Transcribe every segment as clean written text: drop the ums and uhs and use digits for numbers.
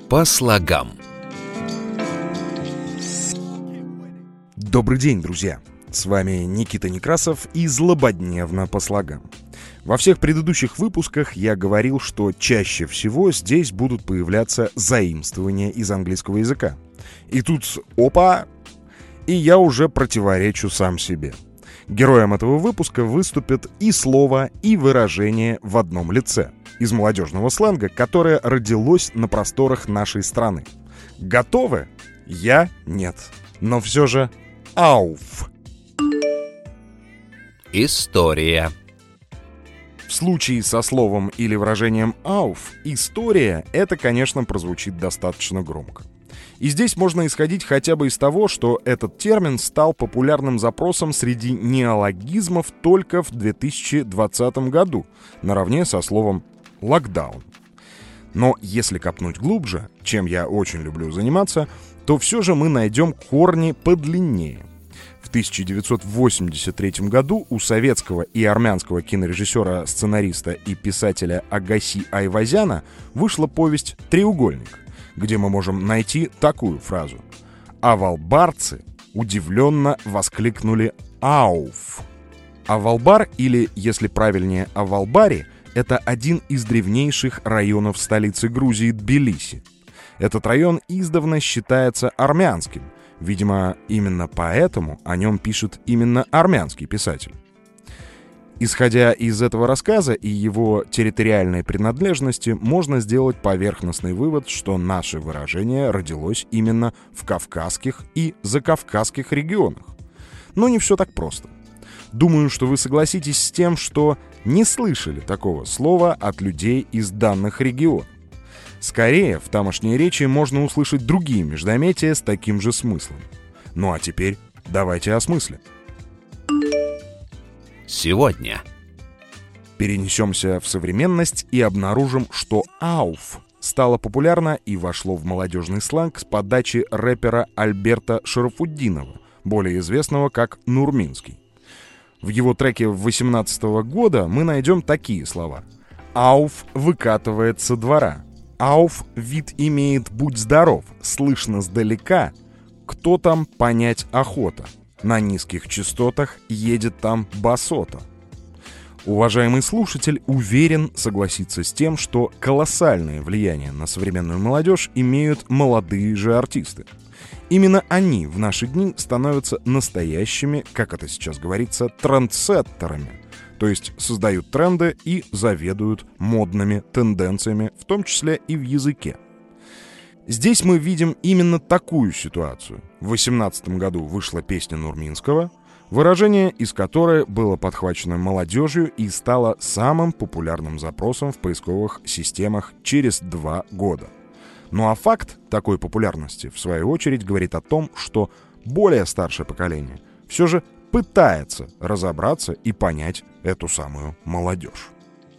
По слогам. Добрый день, друзья! С вами Никита Некрасов и «Злободневно по слогам». Во всех предыдущих выпусках я говорил, что чаще всего здесь будут появляться заимствования из английского языка. И тут опа! И я уже противоречу сам себе. Героем этого выпуска выступит и слово, и выражение в одном лице из молодежного сленга, которое родилось на просторах нашей страны. Готовы? Я нет. Но все же ауф. История. В случае со словом или выражением ауф, история — это, конечно, прозвучит достаточно громко. И здесь можно исходить хотя бы из того, что этот термин стал популярным запросом среди неологизмов только в 2020 году, наравне со словом «локдаун». Но если копнуть глубже, чем я очень люблю заниматься, то все же мы найдем корни подлиннее. В 1983 году у советского и армянского кинорежиссера, сценариста и писателя Агаси Айвазяна вышла повесть «Треугольник», где мы можем найти такую фразу: «Авалбарцы удивленно воскликнули «Ауф». Авалбар, или, если правильнее, Авалбари, это один из древнейших районов столицы Грузии Тбилиси. Этот район издавна считается армянским. Видимо, именно поэтому о нем пишет именно армянский писатель. Исходя из этого рассказа и его территориальной принадлежности, можно сделать поверхностный вывод, что наше выражение родилось именно в кавказских и закавказских регионах. Но не все так просто. Думаю, что вы согласитесь с тем, что не слышали такого слова от людей из данных регионов. Скорее, в тамошней речи можно услышать другие междометия с таким же смыслом. Ну а теперь давайте осмыслим. Сегодня. Перенесемся в современность и обнаружим, что ауф стало популярно и вошло в молодежный сленг с подачи рэпера Альберта Шарафутдинова, более известного как Нурминский. В его треке 2018 года мы найдем такие слова: «Ауф выкатывает со двора», «Ауф вид имеет, будь здоров», «Слышно сдалека», «Кто там, понять охота», «На низких частотах едет там басота». Уважаемый слушатель, уверен, согласится с тем, что колоссальное влияние на современную молодежь имеют молодые же артисты. Именно они в наши дни становятся настоящими, как это сейчас говорится, трендсеттерами, то есть создают тренды и заведуют модными тенденциями, в том числе и в языке. Здесь мы видим именно такую ситуацию. В 2018 году вышла песня Нурминского, выражение из которой было подхвачено молодежью и стало самым популярным запросом в поисковых системах через 2 года. Ну а факт такой популярности, в свою очередь, говорит о том, что более старшее поколение все же пытается разобраться и понять эту самую молодежь.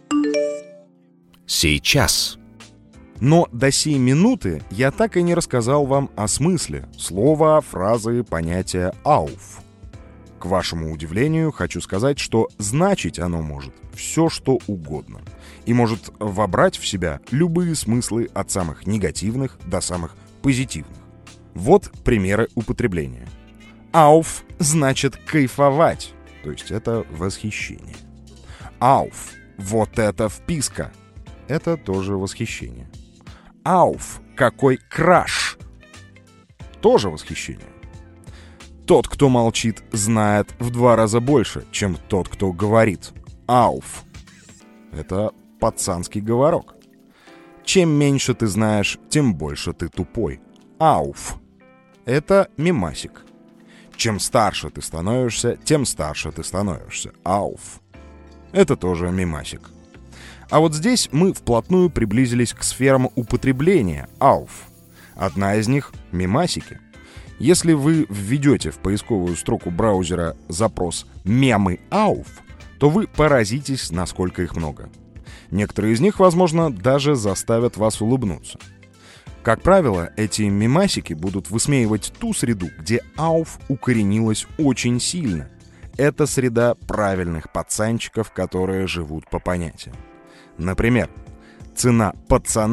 Сейчас. Но до сей минуты я так и не рассказал вам о смысле слова, фразы, понятия «ауф». К вашему удивлению, хочу сказать, что значить оно может все, что угодно. И может вобрать в себя любые смыслы от самых негативных до самых позитивных. Вот примеры употребления. «Ауф» значит «кайфовать», то есть это восхищение. «Ауф» — вот это вписка, это тоже восхищение. «Ауф, какой краш!» Тоже восхищение. Тот, кто молчит, знает в 2 раза больше, чем тот, кто говорит. «Ауф» — это пацанский говорок. Чем меньше ты знаешь, тем больше ты тупой. «Ауф» — это мемасик. Чем старше ты становишься, тем старше ты становишься. «Ауф» — это тоже мемасик. А вот здесь мы вплотную приблизились к сферам употребления «ауф». Одна из них — мемасики. Если вы введете в поисковую строку браузера запрос «мемы ауф», то вы поразитесь, насколько их много. Некоторые из них, возможно, даже заставят вас улыбнуться. Как правило, эти мемасики будут высмеивать ту среду, где ауф укоренилась очень сильно. Это среда правильных пацанчиков, которые живут по понятиям. Например, цена пацана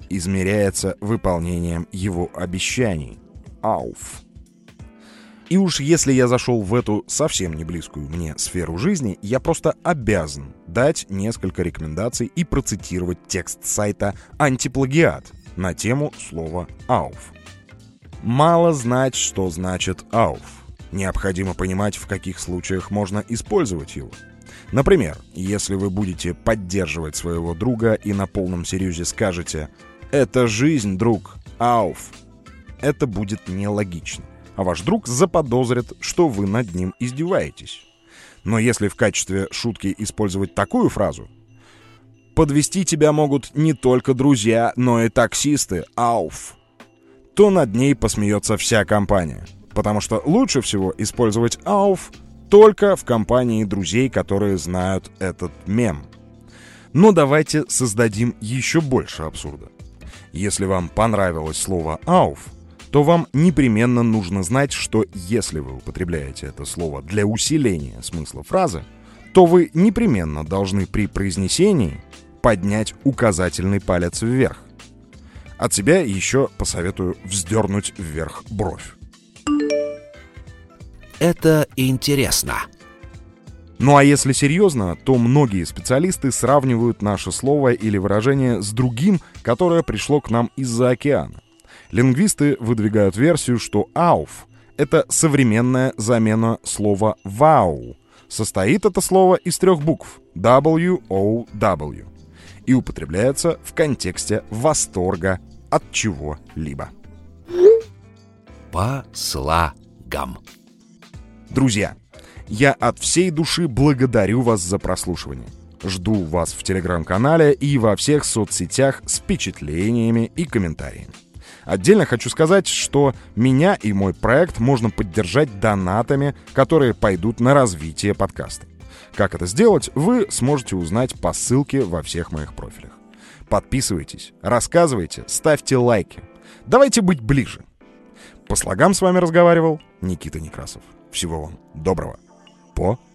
измеряется выполнением его обещаний. Auf. И уж если я зашел в эту совсем не близкую мне сферу жизни, я просто обязан дать несколько рекомендаций и процитировать текст сайта «Антиплагиат» на тему слова «auf». Мало знать, что значит «auf». Необходимо понимать, в каких случаях можно использовать его. Например, если вы будете поддерживать своего друга и на полном серьезе скажете «Это жизнь, друг, auf», это будет нелогично, а ваш друг заподозрит, что вы над ним издеваетесь. Но если в качестве шутки использовать такую фразу «Подвести тебя могут не только друзья, но и таксисты, auf», то над ней посмеется вся компания. Потому что лучше всего использовать auf только в компании друзей, которые знают этот мем. Но давайте создадим еще больше абсурда. Если вам понравилось слово auf, то вам непременно нужно знать, что если вы употребляете это слово для усиления смысла фразы, то вы непременно должны при произнесении поднять указательный палец вверх. От себя еще посоветую вздернуть вверх бровь. Это интересно. Ну а если серьезно, то многие специалисты сравнивают наше слово или выражение с другим, которое пришло к нам из-за океана. Лингвисты выдвигают версию, что «auf» — это современная замена слова «wow». Состоит это слово из 3 букв W-O-W и употребляется в контексте восторга от чего-либо. По слогам. Друзья, я от всей души благодарю вас за прослушивание. Жду вас в телеграм-канале и во всех соцсетях с впечатлениями и комментариями. Отдельно хочу сказать, что меня и мой проект можно поддержать донатами, которые пойдут на развитие подкаста. Как это сделать, вы сможете узнать по ссылке во всех моих профилях. Подписывайтесь, рассказывайте, ставьте лайки. Давайте быть ближе. По слогам с вами разговаривал Никита Некрасов. Всего вам доброго. Пока.